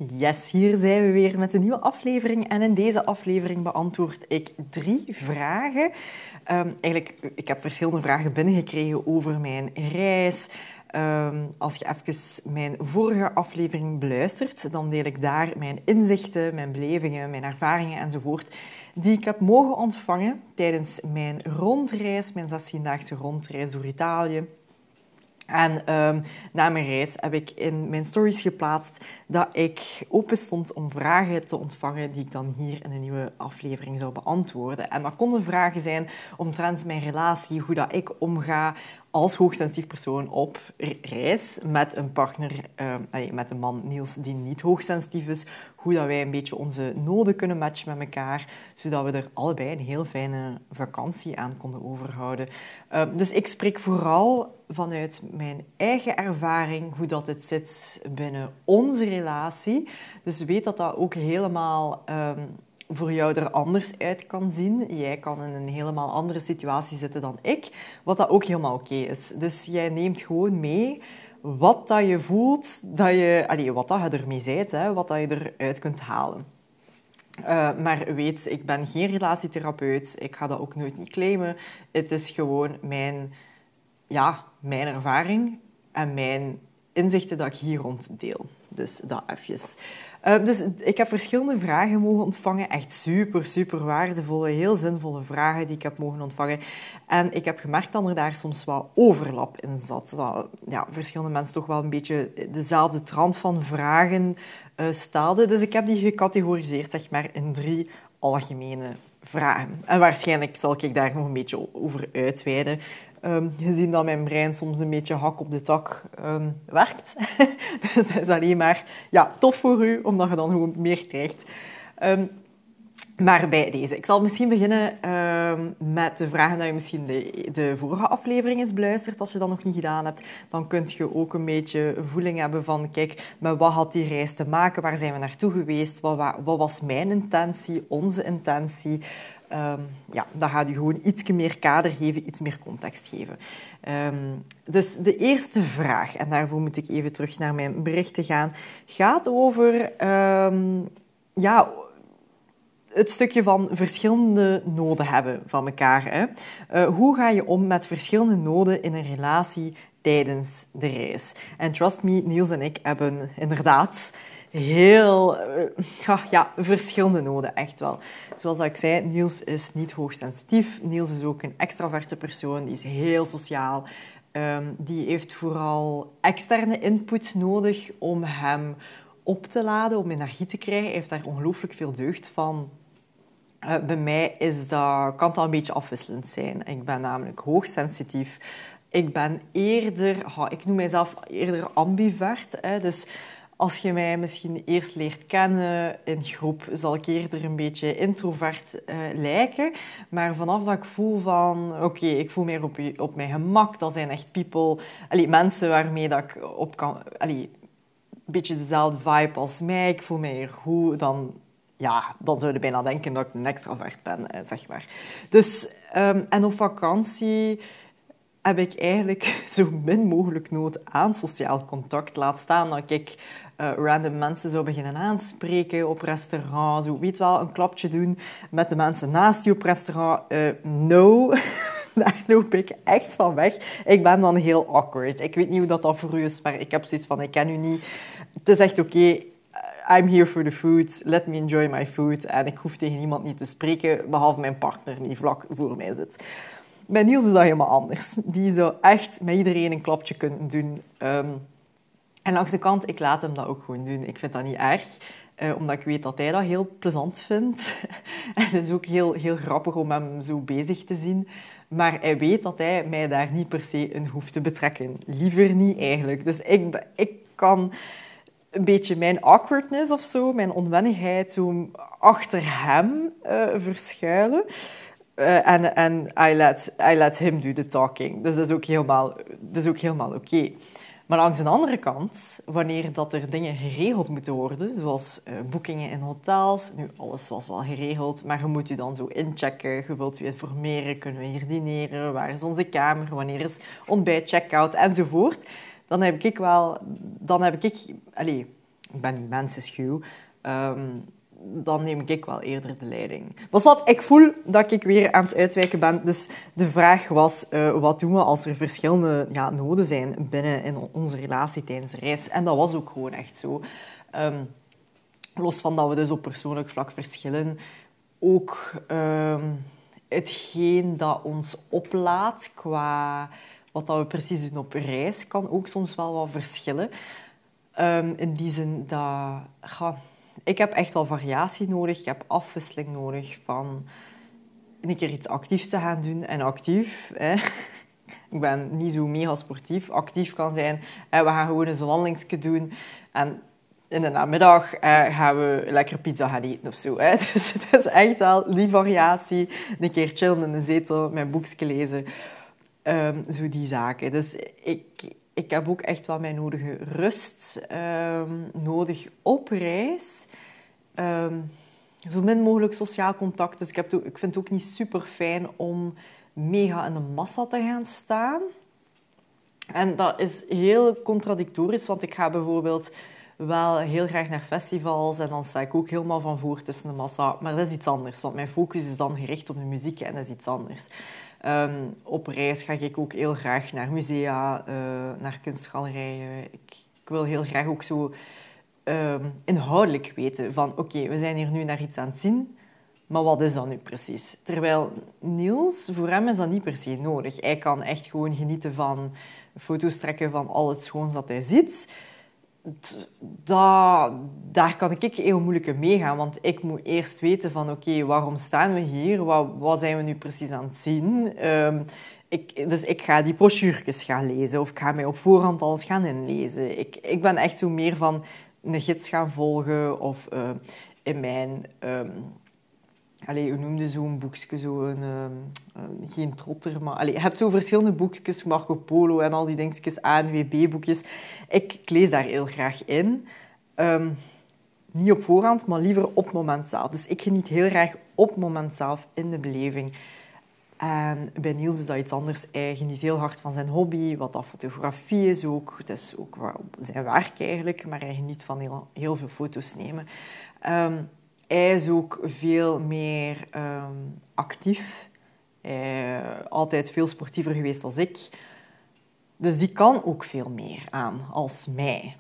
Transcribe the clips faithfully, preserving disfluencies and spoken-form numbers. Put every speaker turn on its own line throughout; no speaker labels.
Yes, hier zijn we weer met een nieuwe aflevering. En in deze aflevering beantwoord ik drie vragen. Um, eigenlijk, ik heb verschillende vragen binnengekregen over mijn reis. Um, als je even mijn vorige aflevering beluistert, dan deel ik daar mijn inzichten, mijn belevingen, mijn ervaringen enzovoort, die ik heb mogen ontvangen tijdens mijn rondreis, mijn zestiendaagse rondreis door Italië. En um, na mijn reis heb ik in mijn stories geplaatst dat ik open stond om vragen te ontvangen die ik dan hier in een nieuwe aflevering zou beantwoorden. En dat konden vragen zijn omtrent mijn relatie, hoe dat ik omga als hoogsensitief persoon op reis met een partner, uh, allez, met een man Niels die niet hoogsensitief is, hoe dat wij een beetje onze noden kunnen matchen met elkaar, zodat we er allebei een heel fijne vakantie aan konden overhouden. Uh, dus ik spreek vooral vanuit mijn eigen ervaring, hoe dat het zit binnen onze relatie. Dus weet dat dat ook helemaal um, voor jou er anders uit kan zien. Jij kan in een helemaal andere situatie zitten dan ik, wat dat ook helemaal oké is. Dus jij neemt gewoon mee wat dat je voelt, dat je, allez, wat dat je ermee bent, hè, wat dat je eruit kunt halen. Uh, maar weet, ik ben geen relatietherapeut. Ik ga dat ook nooit niet claimen. Het is gewoon mijn, ja, mijn ervaring en mijn inzichten dat ik hier rond deel. Dus dat even. Uh, dus ik heb verschillende vragen mogen ontvangen. Echt super, super waardevolle, heel zinvolle vragen die ik heb mogen ontvangen. En ik heb gemerkt dat er daar soms wat overlap in zat. Dat ja, verschillende mensen toch wel een beetje dezelfde trant van vragen uh, stelden. Dus ik heb die gecategoriseerd, zeg maar, in drie algemene vragen. En waarschijnlijk zal ik daar nog een beetje over uitweiden. Um, gezien dat mijn brein soms een beetje hak op de tak um, werkt. Dus dat is alleen maar ja, tof voor u, omdat je dan gewoon meer krijgt. Um, maar bij deze. Ik zal misschien beginnen um, met de vragen dat je misschien de, de vorige aflevering eens beluistert. Als je dat nog niet gedaan hebt, dan kun je ook een beetje voeling hebben van, kijk, met wat had die reis te maken? Waar zijn we naartoe geweest? Wat, wat, wat was mijn intentie, onze intentie? Um, ja, dat gaat u gewoon iets meer kader geven, iets meer context geven. Um, dus de eerste vraag, en daarvoor moet ik even terug naar mijn berichten gaan, gaat over um, ja, het stukje van verschillende noden hebben van elkaar. Hè. Uh, hoe ga je om met verschillende noden in een relatie tijdens de reis? En trust me, Niels en ik hebben inderdaad heel uh, ja, verschillende noden, echt wel. Zoals ik zei, Niels is niet hoogsensitief. Niels is ook een extraverte persoon, die is heel sociaal. Um, die heeft vooral externe input nodig om hem op te laden, om energie te krijgen. Hij heeft daar ongelooflijk veel deugd van. Uh, bij mij is dat, kan dat een beetje afwisselend zijn. Ik ben namelijk hoogsensitief. Ik ben eerder, oh, ik noem mijzelf eerder ambivert, hè, dus als je mij misschien eerst leert kennen in groep, zal ik eerder een beetje introvert uh, lijken. Maar vanaf dat ik voel van, oké, okay, ik voel meer op, op mijn gemak. Dat zijn echt people, allee, mensen waarmee dat ik op kan, allee, een beetje dezelfde vibe als mij. Ik voel mij hier goed, dan, ja, dan zou je bijna denken dat ik een extravert ben, zeg maar. Dus, um, en op vakantie heb ik eigenlijk zo min mogelijk nood aan sociaal contact. Laat staan dat ik uh, random mensen zou beginnen aanspreken op restaurant. Zo, weet wel, een klapje doen met de mensen naast je op restaurant. Uh, no, daar loop ik echt van weg. Ik ben dan heel awkward. Ik weet niet hoe dat, dat voor u is, maar ik heb zoiets van, ik ken u niet. Het is echt oké. Okay. I'm here for the food. Let me enjoy my food. En ik hoef tegen niemand niet te spreken, behalve mijn partner die vlak voor mij zit. Bij Niels is dat helemaal anders. Die zou echt met iedereen een klapje kunnen doen. Um, en langs de kant, ik laat hem dat ook gewoon doen. Ik vind dat niet erg, uh, omdat ik weet dat hij dat heel plezant vindt. En het is ook heel, heel grappig om hem zo bezig te zien. Maar hij weet dat hij mij daar niet per se in hoeft te betrekken. Liever niet eigenlijk. Dus ik, ik kan een beetje mijn awkwardness of zo, mijn onwennigheid, zo achter hem uh, verschuilen. Uh, en en I, let, I let him do the talking. Dus dat is ook helemaal, dat is ook helemaal oké. Okay. Maar langs de andere kant, wanneer dat er dingen geregeld moeten worden, zoals uh, boekingen in hotels, nu alles was wel geregeld, maar je moet je dan zo inchecken, je wilt je informeren, kunnen we hier dineren, waar is onze kamer, wanneer is ontbijt, check-out enzovoort, dan heb ik wel, dan heb ik, allez, ik ben niet mensenschuw, um, dan neem ik wel eerder de leiding. Dus wat, ik voel dat ik weer aan het uitwijken ben. Dus de vraag was, uh, wat doen we als er verschillende ja, noden zijn binnen in onze relatie tijdens de reis? En dat was ook gewoon echt zo. Um, los van dat we dus op persoonlijk vlak verschillen, ook um, hetgeen dat ons oplaat qua wat dat we precies doen op reis, kan ook soms wel wat verschillen. Um, in die zin dat... Ja, ik heb echt wel variatie nodig. Ik heb afwisseling nodig van een keer iets actiefs te gaan doen. En actief, hè. Ik ben niet zo mega sportief. Actief kan zijn, hè, we gaan gewoon eens een wandelingsje doen. En in de namiddag eh, gaan we lekker pizza gaan eten of zo. Hè. Dus het is echt wel die variatie. Een keer chillen in de zetel, mijn boekje lezen. Um, zo die zaken. Dus ik, ik heb ook echt wel mijn nodige rust um, nodig op reis. Um, zo min mogelijk sociaal contact. Dus ik, heb to- ik vind het ook niet super fijn om mega in de massa te gaan staan. En dat is heel contradictorisch, want ik ga bijvoorbeeld wel heel graag naar festivals en dan sta ik ook helemaal van voor tussen de massa. Maar dat is iets anders, want mijn focus is dan gericht op de muziek en dat is iets anders. Um, op reis ga ik ook heel graag naar musea, uh, naar kunstgalerijen. Ik, ik wil heel graag ook zo um, inhoudelijk weten van oké, okay, we zijn hier nu naar iets aan het zien, maar wat is dat nu precies? Terwijl Niels, voor hem is dat niet per se nodig. Hij kan echt gewoon genieten van foto's trekken van al het schoons dat hij ziet. Dat, daar kan ik heel moeilijk in meegaan, want ik moet eerst weten van oké, okay, waarom staan we hier? Wat, wat zijn we nu precies aan het zien? Um, ik, dus ik ga die brochuurtjes gaan lezen of ik ga mij op voorhand alles gaan inlezen. Ik, ik ben echt zo meer van een gids gaan volgen of uh, in mijn... Um, Allee, hoe noemde zo'n boekje? Zo een, um, een, geen trotter, maar... Allee, je hebt zo verschillende boekjes, Marco Polo en al die dingetjes, A N W B-boekjes. Ik, ik lees daar heel graag in. Um, niet op voorhand, maar liever op het moment zelf. Dus ik geniet heel graag op het moment zelf in de beleving. En bij Niels is dat iets anders. Hij geniet heel hard van zijn hobby, wat dat fotografie is ook. Het is ook zijn werk eigenlijk, maar hij geniet van heel, heel veel foto's nemen. Um, Hij is ook veel meer um, actief. Hij is altijd veel sportiever geweest dan ik. Dus die kan ook veel meer aan als mij.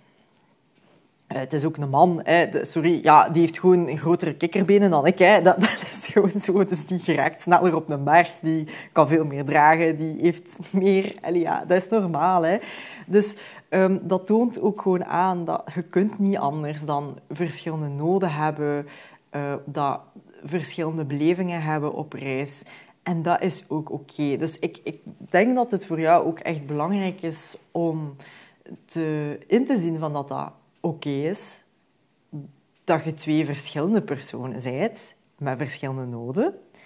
Uh, het is ook een man. Hè. De, sorry, ja, die heeft gewoon grotere kikkerbenen dan ik. Hè. Dat, dat is gewoon zo. Dus die geraakt sneller op een berg. Die kan veel meer dragen. Die heeft meer... Allee, ja, dat is normaal. Hè. Dus um, dat toont ook gewoon aan dat je kunt niet anders dan verschillende noden hebben... Uh, dat verschillende belevingen hebben op reis. En dat is ook oké. Okay. Dus ik, ik denk dat het voor jou ook echt belangrijk is om te, in te zien van dat dat oké okay is. Dat je twee verschillende personen bent, met verschillende noden.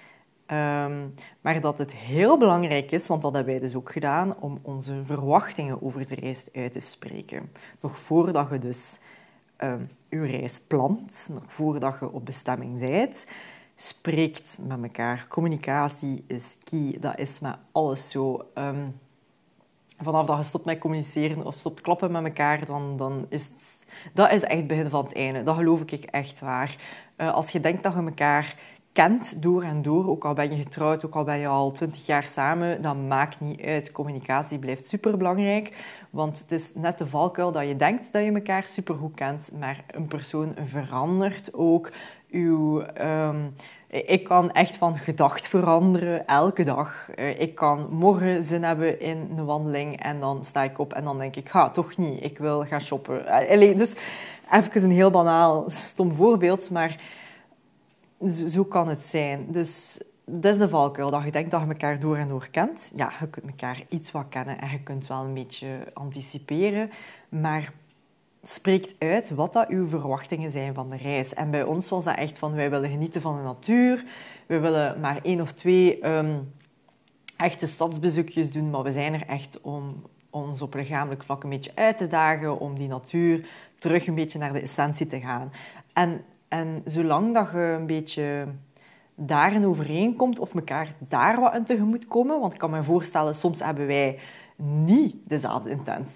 Um, maar dat het heel belangrijk is, want dat hebben wij dus ook gedaan, om onze verwachtingen over de reis uit te spreken. Nog voordat je dus... Um, je reis plant, nog voordat je op bestemming bent, spreekt met elkaar. Communicatie is key, dat is met alles zo. Um, vanaf dat je stopt met communiceren of stopt klappen met elkaar, dan, dan is het... Dat is echt het begin van het einde. Dat geloof ik echt waar. Uh, als je denkt dat je elkaar kent door en door, ook al ben je getrouwd, ook al ben je al twintig jaar samen, dat maakt niet uit. Communicatie blijft superbelangrijk, want het is net de valkuil dat je denkt dat je elkaar supergoed kent, maar een persoon verandert ook. Uw, um, ik kan echt van gedacht veranderen, elke dag. Ik kan morgen zin hebben in een wandeling en dan sta ik op en dan denk ik, ga toch niet, ik wil gaan shoppen. Allee, dus even een heel banaal, stom voorbeeld, maar... Zo kan het zijn. Dus dat is de valkuil. Dat je denkt dat je elkaar door en door kent. Ja, je kunt elkaar iets wat kennen en je kunt wel een beetje anticiperen. Maar spreekt uit wat dat uw verwachtingen zijn van de reis. En bij ons was dat echt van, wij willen genieten van de natuur. We willen maar één of twee um, echte stadsbezoekjes doen. Maar we zijn er echt om ons op lichamelijk vlak een beetje uit te dagen. Om die natuur terug een beetje naar de essentie te gaan. En En zolang dat je een beetje daarin overeenkomt of elkaar daar wat in tegemoet komen, want ik kan me voorstellen, soms hebben wij niet dezelfde intentie.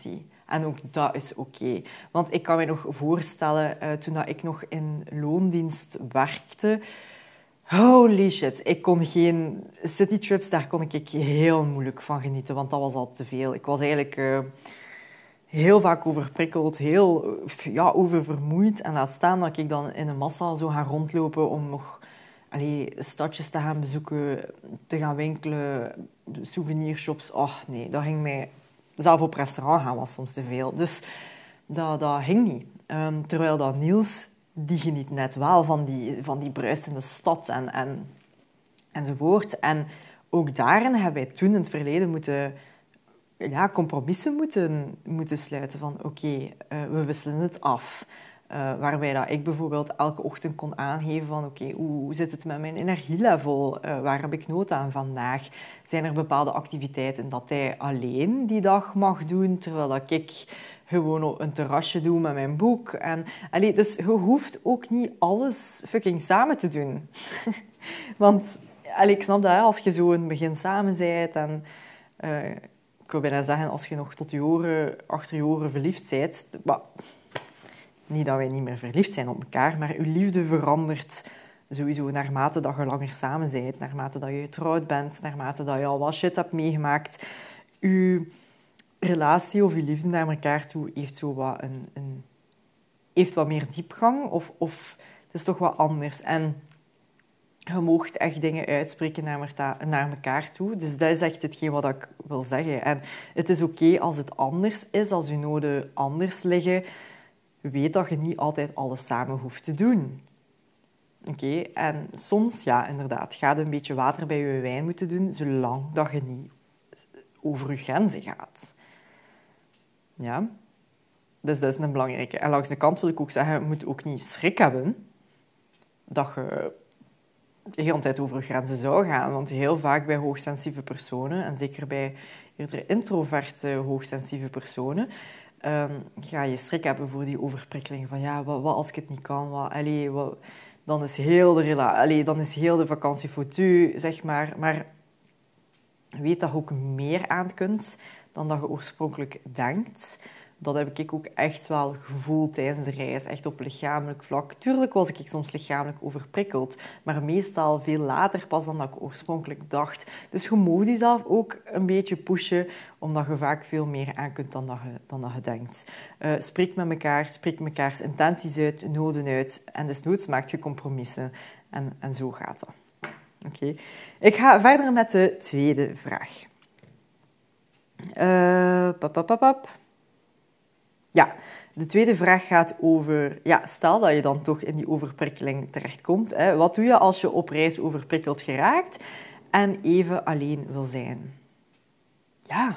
En ook dat is oké. Okay. Want ik kan me nog voorstellen, uh, toen dat ik nog in loondienst werkte... Holy shit, ik kon geen citytrips, daar kon ik heel moeilijk van genieten, want dat was al te veel. Ik was eigenlijk uh, heel vaak overprikkeld, heel ja, oververmoeid. En laat staan dat ik dan in een massa zou gaan rondlopen om nog allee, stadjes te gaan bezoeken, te gaan winkelen, souvenirshops. Oh nee, dat ging mij... Zelf op restaurant gaan was soms te veel. Dus dat, dat ging niet. Um, terwijl dat Niels... die geniet net wel van die, van die bruisende stad en, en, enzovoort. En ook daarin hebben wij toen in het verleden moeten, ja, compromissen moeten, moeten sluiten van oké, okay, uh, we wisselen het af. Uh, waarbij dat ik bijvoorbeeld elke ochtend kon aangeven van oké, okay, hoe, hoe zit het met mijn energielevel? Uh, waar heb ik nood aan vandaag? Zijn er bepaalde activiteiten dat hij alleen die dag mag doen, terwijl dat ik... gewoon op een terrasje doen met mijn boek. En, allee, dus je hoeft ook niet alles fucking samen te doen. Want allee, ik snap dat, hè, als je zo in het begin samen bent en... Uh, ik wil bijna zeggen, als je nog tot je oren, achter je oren verliefd bent... Maar, niet dat wij niet meer verliefd zijn op elkaar, maar je liefde verandert sowieso naarmate dat je langer samen bent, naarmate dat je getrouwd bent, naarmate dat je al wat shit hebt meegemaakt. Je... relatie of je liefde naar elkaar toe heeft zo wat, een, een, heeft wat meer diepgang of, of het is toch wat anders. En je moogt echt dingen uitspreken naar, me, naar elkaar toe. Dus dat is echt hetgeen wat ik wil zeggen. En het is oké okay als het anders is, als je noden anders liggen. Weet dat je niet altijd alles samen hoeft te doen. Oké, okay? En soms, ja, inderdaad, ga je een beetje water bij je wijn moeten doen, zolang dat je niet over je grenzen gaat. Ja, dus dat is een belangrijke. En langs de kant wil ik ook zeggen, je moet ook niet schrik hebben dat je de hele tijd over je grenzen zou gaan. Want heel vaak bij hoogsensitieve personen, en zeker bij eerder introverte hoogsensitieve personen, um, ga je schrik hebben voor die overprikkeling. Van ja, wat, wat als ik het niet kan? Wat, allez, wat, dan, is heel de rela- allez, dan is heel de vakantie foutu, zeg maar. Maar weet dat je ook meer aan kunt dan dat je oorspronkelijk denkt. Dat heb ik ook echt wel gevoeld tijdens de reis, echt op lichamelijk vlak. Tuurlijk was ik soms lichamelijk overprikkeld, maar meestal veel later pas dan dat ik oorspronkelijk dacht. Dus je moet jezelf ook een beetje pushen, omdat je vaak veel meer aan kunt dan dat je, dan dat je denkt. Uh, spreek met elkaar, spreek mekaars intenties uit, noden uit en desnoods maak je compromissen. En, en zo gaat dat. Oké. Okay. Ik ga verder met de tweede vraag. Uh, pap, pap, pap, pap. Ja, de tweede vraag gaat over... Ja, stel dat je dan toch in die overprikkeling terechtkomt. Hè, wat doe je als je op reis overprikkeld geraakt en even alleen wil zijn? Ja,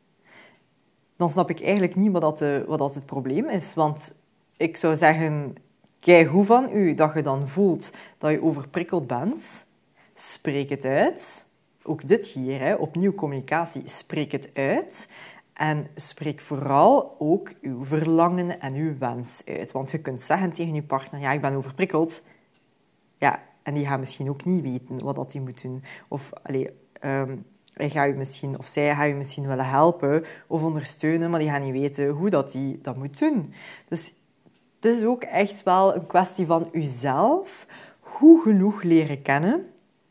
dan snap ik eigenlijk niet wat, dat de, wat dat het probleem is. Want ik zou zeggen, kijk hoe van u dat je dan voelt dat je overprikkeld bent. Spreek het uit. Ook dit hier, hè, opnieuw communicatie, spreek het uit. En spreek vooral ook uw verlangen en uw wens uit. Want je kunt zeggen tegen je partner, ja, ik ben overprikkeld. Ja, en die gaat misschien ook niet weten wat dat die moet doen. Of, allez, um, hij gaat je misschien, of zij gaat je misschien willen helpen of ondersteunen, maar die gaat niet weten hoe dat die dat moet doen. Dus het is ook echt wel een kwestie van uzelf goed genoeg leren kennen.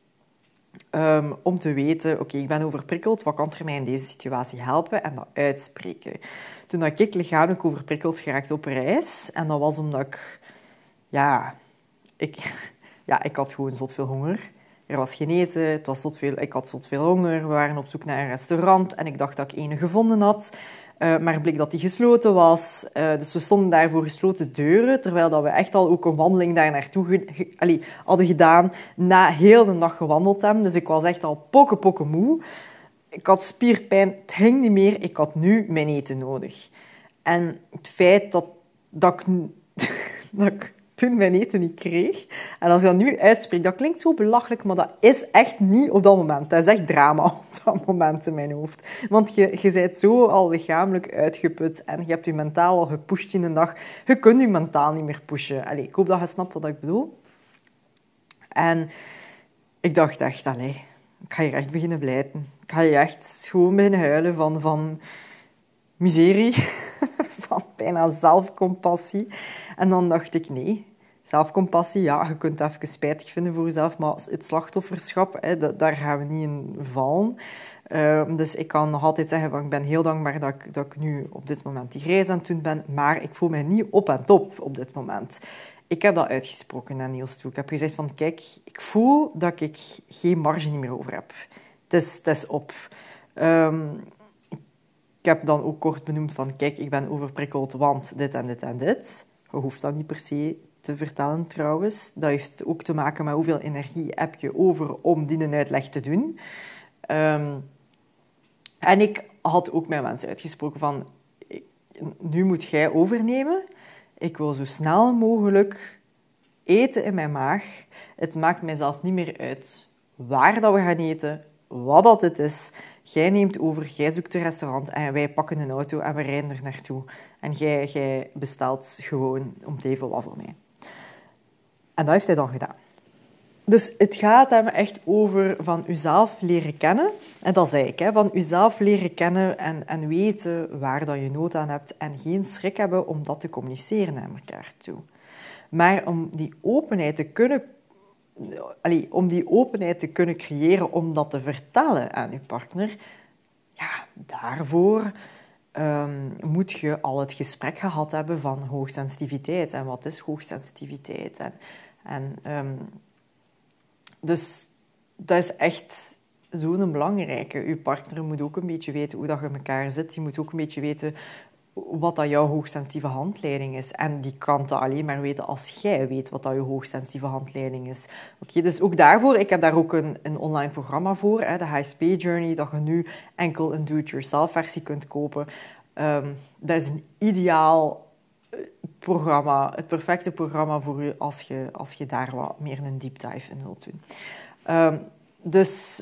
Um, om te weten, oké, okay, ik ben overprikkeld, wat kan er mij in deze situatie helpen? En dat uitspreken. Toen dat ik lichamelijk overprikkeld geraakt op reis, en dat was omdat ik, ja, ik, ja, ik had gewoon zot veel honger. Er was geen eten, het was zot veel, ik had zot veel honger. We waren op zoek naar een restaurant en ik dacht dat ik ene gevonden had. Uh, maar bleek dat die gesloten was. Uh, dus we stonden daar voor gesloten deuren, terwijl dat we echt al ook een wandeling daar naartoe ge- ge- allee, hadden gedaan, na heel de dag gewandeld hebben. Dus ik was echt al pokken, pokken moe. Ik had spierpijn, het ging niet meer. Ik had nu mijn eten nodig. En het feit dat, dat, ik, dat ik toen mijn eten niet kreeg, en als ik dat nu uitspreek, dat klinkt zo belachelijk, maar dat is echt niet op dat moment. Dat is echt drama op dat moment in mijn hoofd. Want je, je bent zo al lichamelijk uitgeput en je hebt je mentaal al gepusht in een dag. Je kunt je mentaal niet meer pushen. Allee, ik hoop dat je snapt wat ik bedoel. En ik dacht echt, allee, ik ga hier echt beginnen blijten. Ik ga hier echt gewoon beginnen huilen van... van miserie, van bijna zelfcompassie. En dan dacht ik, nee, zelfcompassie, ja, je kunt het even spijtig vinden voor jezelf, maar het slachtofferschap, hè, daar gaan we niet in vallen. Uh, dus ik kan nog altijd zeggen, van, ik ben heel dankbaar dat ik, dat ik nu op dit moment die reis aan het doen ben, maar ik voel mij niet op en top op dit moment. Ik heb dat uitgesproken naar Niels toe. Ik heb gezegd van, kijk, ik voel dat ik geen marge meer over heb. Het is, het is op. Um, ik heb dan ook kort benoemd van, kijk, ik ben overprikkeld, want dit en dit en dit. Je hoeft dat niet per se te vertellen trouwens. Dat heeft ook te maken met hoeveel energie heb je over om die een uitleg te doen. Um, en ik had ook mijn wens uitgesproken van, nu moet jij overnemen. Ik wil zo snel mogelijk eten in mijn maag. Het maakt mijzelf niet meer uit waar dat we gaan eten, wat dat het is. Jij neemt over, jij zoekt een restaurant en wij pakken een auto en we rijden er naartoe. En jij, jij bestelt gewoon om het even wat voor mij. En dat heeft hij dan gedaan. Dus het gaat hem echt over van uzelf leren kennen. En dat zei ik, hè, van uzelf leren kennen en, en weten waar dat je nood aan hebt. En geen schrik hebben om dat te communiceren naar elkaar toe. Maar om die openheid te kunnen, allee, om die openheid te kunnen creëren om dat te vertellen aan je partner, ja, daarvoor um, moet je al het gesprek gehad hebben van hoogsensitiviteit. En wat is hoogsensitiviteit? En, en um, dus dat is echt zo'n belangrijke. Je partner moet ook een beetje weten hoe dat je in elkaar zit. Die moet ook een beetje weten wat dat jouw hoogsensitieve handleiding is. En die kan dat alleen maar weten als jij weet wat dat je hoogsensitieve handleiding is. Oké, okay, dus ook daarvoor, ik heb daar ook een, een online programma voor, hè, de H S P Journey, dat je nu enkel een do-it-yourself versie kunt kopen. Um, dat is een ideaal programma, het perfecte programma voor je als je, als je daar wat meer een deep dive in wilt doen. Um, dus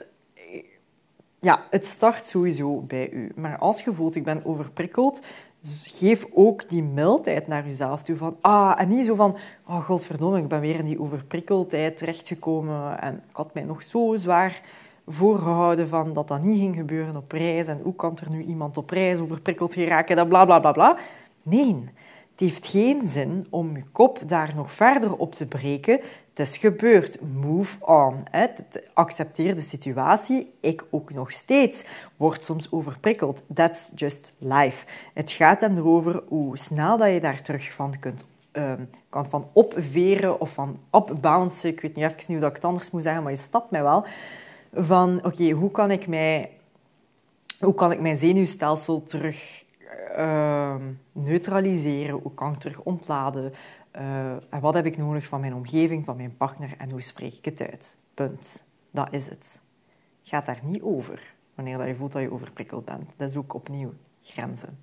ja, het start sowieso bij u. Maar als je voelt, ik ben overprikkeld, geef ook die mildheid naar jezelf toe. Van, ah, en niet zo van, oh godverdomme, ik ben weer in die overprikkeldheid terechtgekomen en ik had mij nog zo zwaar voorgehouden van dat dat niet ging gebeuren op reis en hoe kan er nu iemand op reis overprikkeld geraken, dat bla bla bla bla. Nee, het heeft geen zin om je kop daar nog verder op te breken. Het is gebeurd. Move on. Accepteer de situatie. Ik ook nog steeds. Word soms overprikkeld. That's just life. Het gaat hem erover hoe snel dat je daar terug van kunt, um, kan van opveren of van upbouncen. Ik weet niet even niet hoe ik het anders moet zeggen, maar je snapt mij wel. Van, oké, okay, hoe kan ik mij, hoe kan ik mijn zenuwstelsel terug Uh, neutraliseren, hoe kan ik terug ontladen, uh, en wat heb ik nodig van mijn omgeving, van mijn partner en hoe spreek ik het uit. Punt. Dat is het. Gaat daar niet over wanneer je voelt dat je overprikkeld bent. Dat is ook opnieuw grenzen.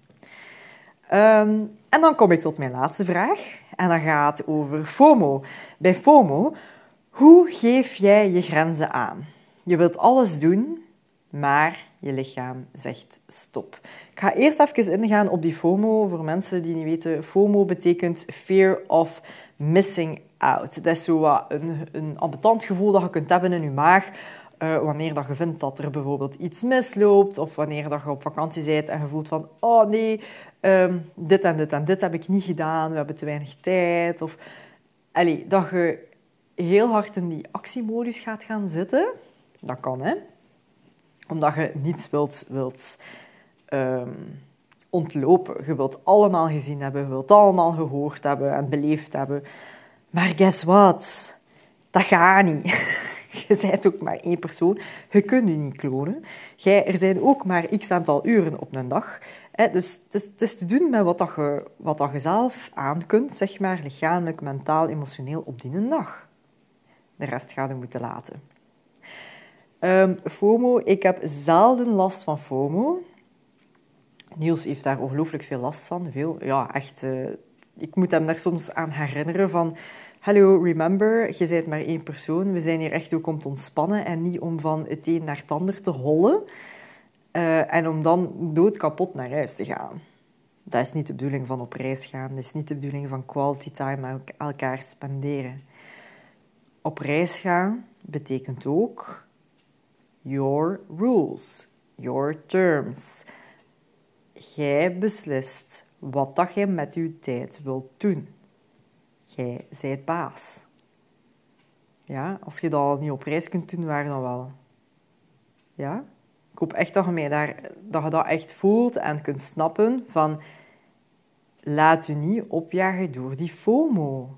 Um, en dan kom ik tot mijn laatste vraag en dat gaat over FOMO. Bij FOMO, hoe geef jij je grenzen aan? Je wilt alles doen, maar je lichaam zegt stop. Ik ga eerst even ingaan op die FOMO. Voor mensen die niet weten, FOMO betekent Fear of Missing Out. Dat is zo wat een, een ambetant gevoel dat je kunt hebben in je maag uh, wanneer dat je vindt dat er bijvoorbeeld iets misloopt of wanneer dat je op vakantie bent en je voelt van oh nee, um, dit en dit en dit heb ik niet gedaan, we hebben te weinig tijd. Of allee, dat je heel hard in die actiemodus gaat gaan zitten. Dat kan, hè. Omdat je niets wilt, wilt um, ontlopen. Je wilt allemaal gezien hebben, je wilt allemaal gehoord hebben en beleefd hebben. Maar guess what? Dat gaat niet. Je bent ook maar één persoon. Je kunt je niet klonen. Jij, er zijn ook maar x aantal uren op een dag. Dus het is, het is te doen met wat, dat je, wat dat je zelf aan kunt, zeg maar, lichamelijk, mentaal, emotioneel op die dag. De rest ga je moeten laten. Um, FOMO, ik heb zelden last van FOMO. Niels heeft daar ongelooflijk veel last van. Veel, ja, echt. Uh, ik moet hem daar soms aan herinneren van... Hallo, remember, je bent maar één persoon. We zijn hier echt ook om te ontspannen en niet om van het een naar het ander te hollen. Uh, en om dan doodkapot naar huis te gaan. Dat is niet de bedoeling van op reis gaan. Dat is niet de bedoeling van quality time met elkaar spenderen. Op reis gaan betekent ook... Your rules, your terms. jij beslist wat dat jij met je tijd wilt doen. Jij zijt baas. Ja, als je dat niet op reis kunt doen, waar dan wel? Ja? Ik hoop echt dat je, mij daar, dat je dat echt voelt en kunt snappen van... Laat je niet opjagen door die FOMO.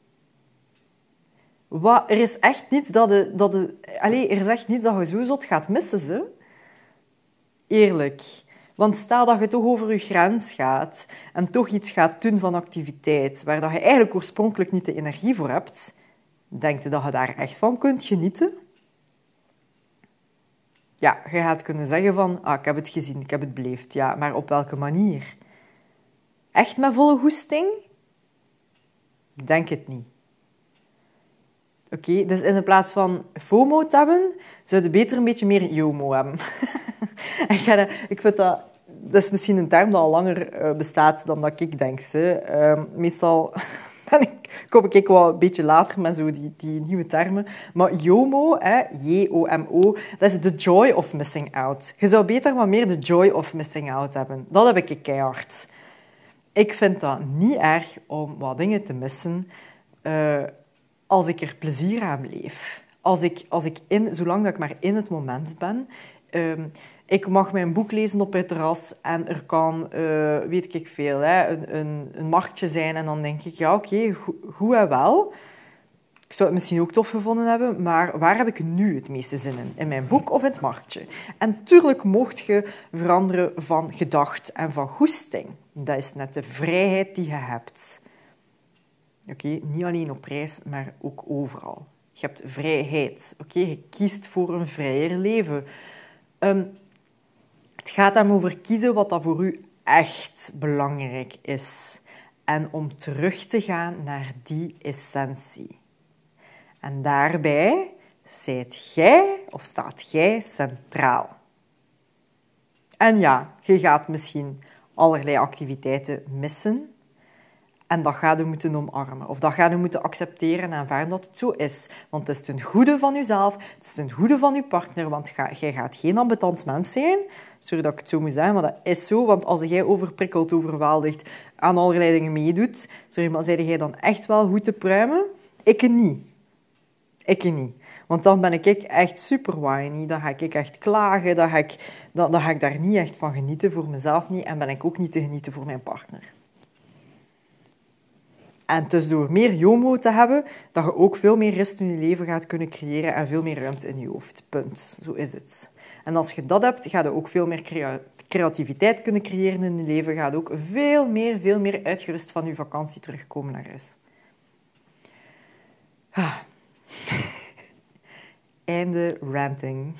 Wat, er is echt niets dat je... Dat je allez, er is echt niets dat je zo zot gaat missen, ze. Eerlijk. Want stel dat je toch over je grens gaat en toch iets gaat doen van activiteit waar dat je eigenlijk oorspronkelijk niet de energie voor hebt, denk je dat je daar echt van kunt genieten? Ja, je gaat kunnen zeggen van, ah, ik heb het gezien, ik heb het beleefd. Ja, maar op welke manier? Echt met volle goesting? Ik denk het niet. Oké, okay, dus in plaats van FOMO te hebben, zou je beter een beetje meer YOMO hebben. Ik vind dat... Dat is misschien een term dat al langer bestaat dan dat ik denk. Uh, meestal ben ik, kom ik wel een beetje later met zo die, die nieuwe termen. Maar YOMO, J O M O, dat is the joy of missing out. Je zou beter wat meer de joy of missing out hebben. Dat heb ik keihard. Ik vind dat niet erg om wat dingen te missen uh, als ik er plezier aan beleef. Als ik, als ik in, zolang dat ik maar in het moment ben... Uh, Ik mag mijn boek lezen op het terras en er kan, uh, weet ik veel, hè, een, een, een marktje zijn. En dan denk ik, ja, oké, okay, goed, goed en wel. Ik zou het misschien ook tof gevonden hebben, maar waar heb ik nu het meeste zin in? In mijn boek of in het marktje? En tuurlijk mocht je veranderen van gedacht en van goesting. Dat is net de vrijheid die je hebt. Oké, okay, niet alleen op reis, maar ook overal. Je hebt vrijheid. Oké, okay? Je kiest voor een vrijer leven. Um, Het gaat dan over kiezen wat dat voor u echt belangrijk is. En om terug te gaan naar die essentie. En daarbij zijt jij of staat jij centraal. En ja, je gaat misschien allerlei activiteiten missen. En dat ga je moeten omarmen. Of dat ga je moeten accepteren en aanvaarden dat het zo is. Want het is ten goede van jezelf, het is ten goede van je partner, want ga, jij gaat geen ambetant mens zijn. Sorry dat ik het zo moet zeggen, maar dat is zo. Want als jij overprikkeld, overweldigd aan allerlei dingen meedoet, sorry, maar zei jij dan echt wel goed te pruimen? Ik niet. Ik niet. Want dan ben ik echt super whiny, dan ga ik echt klagen, dan ga ik, dan, dan ga ik daar niet echt van genieten, voor mezelf niet, en ben ik ook niet te genieten voor mijn partner. En dus door meer YOMO te hebben, dat je ook veel meer rust in je leven gaat kunnen creëren en veel meer ruimte in je hoofd. Punt. Zo is het. En als je dat hebt, ga je ook veel meer creativiteit kunnen creëren in je leven. Ga je ook veel meer, veel meer uitgerust van je vakantie terugkomen naar huis. Ah. Einde ranting.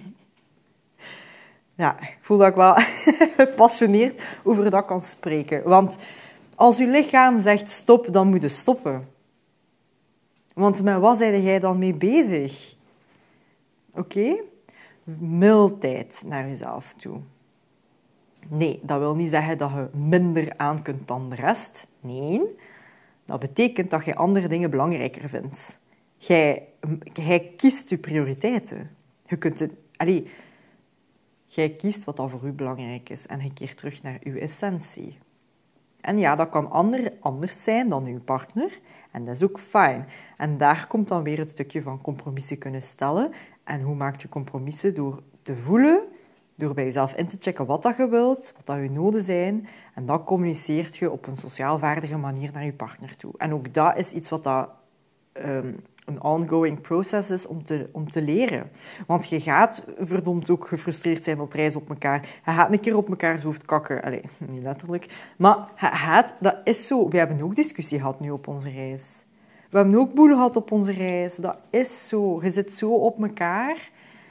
Ja, ik voel dat ik wel gepassioneerd over dat kan spreken. Want als je lichaam zegt stop, dan moet je stoppen. Want met wat ben jij dan mee bezig? Oké? Okay? Mildheid naar jezelf toe. Nee, dat wil niet zeggen dat je minder aan kunt dan de rest. Nee, dat betekent dat je andere dingen belangrijker vindt. Jij, jij kiest je prioriteiten. Je kunt het... Allee, jij kiest wat dat voor u belangrijk is en je keert terug naar uw essentie. En ja, dat kan ander, anders zijn dan uw partner. En dat is ook fijn. En daar komt dan weer het stukje van compromissen kunnen stellen. En hoe maak je compromissen? Door te voelen, door bij jezelf in te checken wat dat je wilt, wat dat je noden zijn. En dan communiceert je op een sociaal vaardige manier naar je partner toe. En ook dat is iets wat dat, um, een ongoing process is om te, om te leren. Want je gaat verdomd ook gefrustreerd zijn op reis op elkaar. Je gaat een keer op elkaars hoofd kakken. Allee, niet letterlijk. Maar je gaat, dat is zo. We hebben ook discussie gehad nu op onze reis. We hebben ook boel gehad op onze reis. Dat is zo. Je zit zo op elkaar.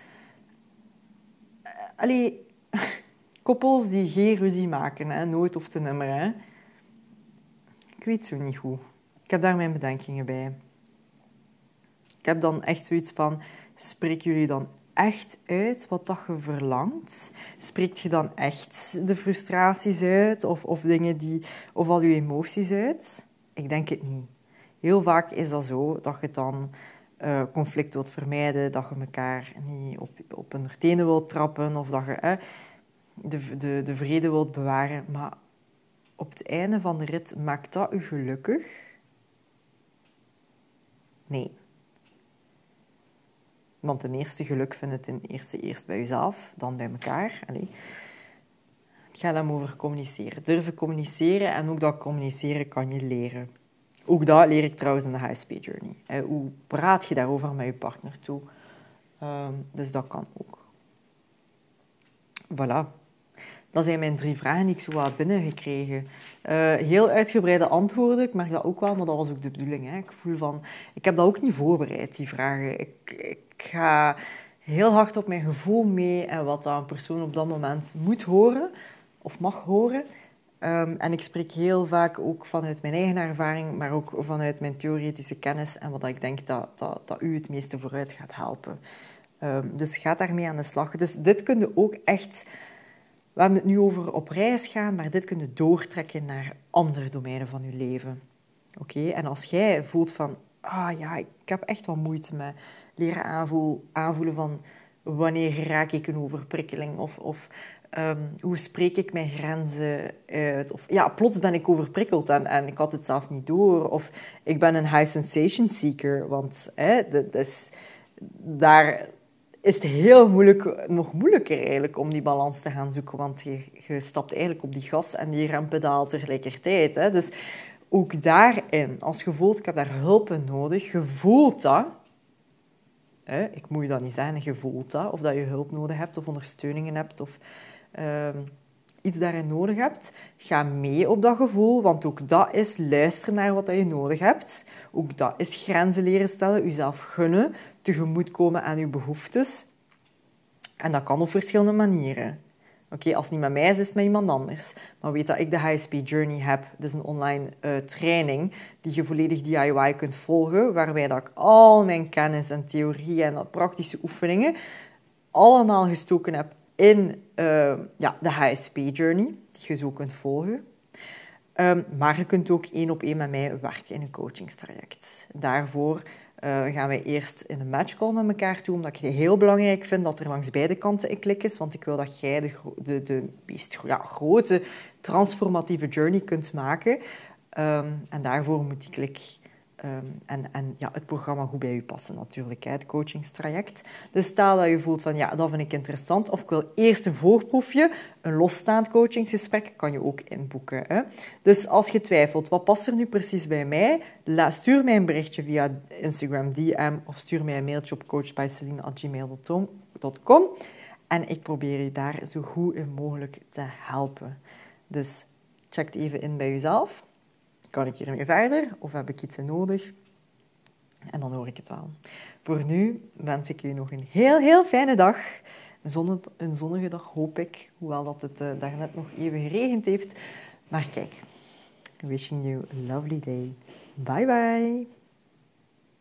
Allee, koppels die geen ruzie maken. Hè? Nooit of te nimmer. Hè? Ik weet zo niet goed. Ik heb daar mijn bedenkingen bij. Ik heb dan echt zoiets van, spreken jullie dan echt uit wat dat je verlangt? Spreekt je dan echt de frustraties uit of, of dingen die, of al je emoties uit? Ik denk het niet. Heel vaak is dat zo, dat je dan uh, conflict wilt vermijden, dat je elkaar niet op, op hun tenen wilt trappen, of dat je... Eh, de, de, de vrede wilt bewaren, maar op het einde van de rit, maakt dat u gelukkig? Nee. Want ten eerste, geluk vindt het ten eerste eerst bij jezelf, dan bij elkaar. Allee. Het gaat dan over communiceren. Durven communiceren en ook dat communiceren kan je leren. Ook dat leer ik trouwens in de High Speed Journey. Hoe praat je daarover met je partner toe? Um, dus dat kan ook. Voilà. Dat zijn mijn drie vragen die ik zo wat binnengekregen. Uh, heel uitgebreide antwoorden, ik merk dat ook wel, maar dat was ook de bedoeling. Hè. Ik voel van, ik heb dat ook niet voorbereid, die vragen. Ik, ik ga heel hard op mijn gevoel mee en wat dat een persoon op dat moment moet horen of mag horen. Um, en ik spreek heel vaak ook vanuit mijn eigen ervaring, maar ook vanuit mijn theoretische kennis en wat ik denk dat, dat, dat u het meeste vooruit gaat helpen. Um, dus ga daarmee aan de slag. Dus dit kun je ook echt... We hebben het nu over op reis gaan, maar dit kun je doortrekken naar andere domeinen van je leven. Oké? Okay? En als jij voelt van, ah ja, ik heb echt wat moeite met leren aanvoel, aanvoelen van wanneer raak ik een overprikkeling of, of um, hoe spreek ik mijn grenzen uit. Of ja, plots ben ik overprikkeld en, en ik had het zelf niet door. Of ik ben een high sensation seeker, want hè, dat is, daar... is het heel moeilijk, nog moeilijker eigenlijk om die balans te gaan zoeken, want je, je stapt eigenlijk op die gas- en die rempedaal tegelijkertijd. Hè. Dus ook daarin, als je voelt, ik heb daar hulp in nodig, je voelt dat, hè, ik moet je dat niet zeggen, je voelt dat, of dat je hulp nodig hebt, of ondersteuningen hebt, of um, iets daarin nodig hebt, ga mee op dat gevoel, want ook dat is luisteren naar wat je nodig hebt. Ook dat is grenzen leren stellen, jezelf gunnen, tegemoetkomen aan je behoeftes. En dat kan op verschillende manieren. Oké, okay, als het niet met mij is, is het met iemand anders. Maar weet dat ik de High Speed Journey heb. Dat is een online uh, training die je volledig D I Y kunt volgen, waarbij dat ik al mijn kennis en theorie en praktische oefeningen allemaal gestoken heb in uh, ja, de High Speed Journey, die je zo kunt volgen. Um, maar je kunt ook één op één met mij werken in een coachingstraject. Daarvoor uh, gaan wij eerst in een matchcall met elkaar toe, omdat ik het heel belangrijk vind dat er langs beide kanten een klik is, want ik wil dat jij de, de, de meest ja, grote transformatieve journey kunt maken. Um, en daarvoor moet die klik um, en, en ja, het programma goed bij je passen natuurlijk, hè, het coachingstraject. Dus stel dat je voelt van, ja, dat vind ik interessant, of ik wil eerst een voorproefje, een losstaand coachingsgesprek, kan je ook inboeken. Hè. Dus als je twijfelt, wat past er nu precies bij mij? Stuur mij een berichtje via Instagram D M of stuur mij een mailtje op coach by celine at gmail dot com en ik probeer je daar zo goed mogelijk te helpen. Dus check het even in bij jezelf. Kan ik hiermee verder of heb ik iets nodig? En dan hoor ik het wel. Voor nu wens ik u nog een heel, heel fijne dag. Een, zonne, een zonnige dag hoop ik, hoewel dat het uh, daarnet nog even geregend heeft. Maar kijk, wishing you a lovely day. Bye bye.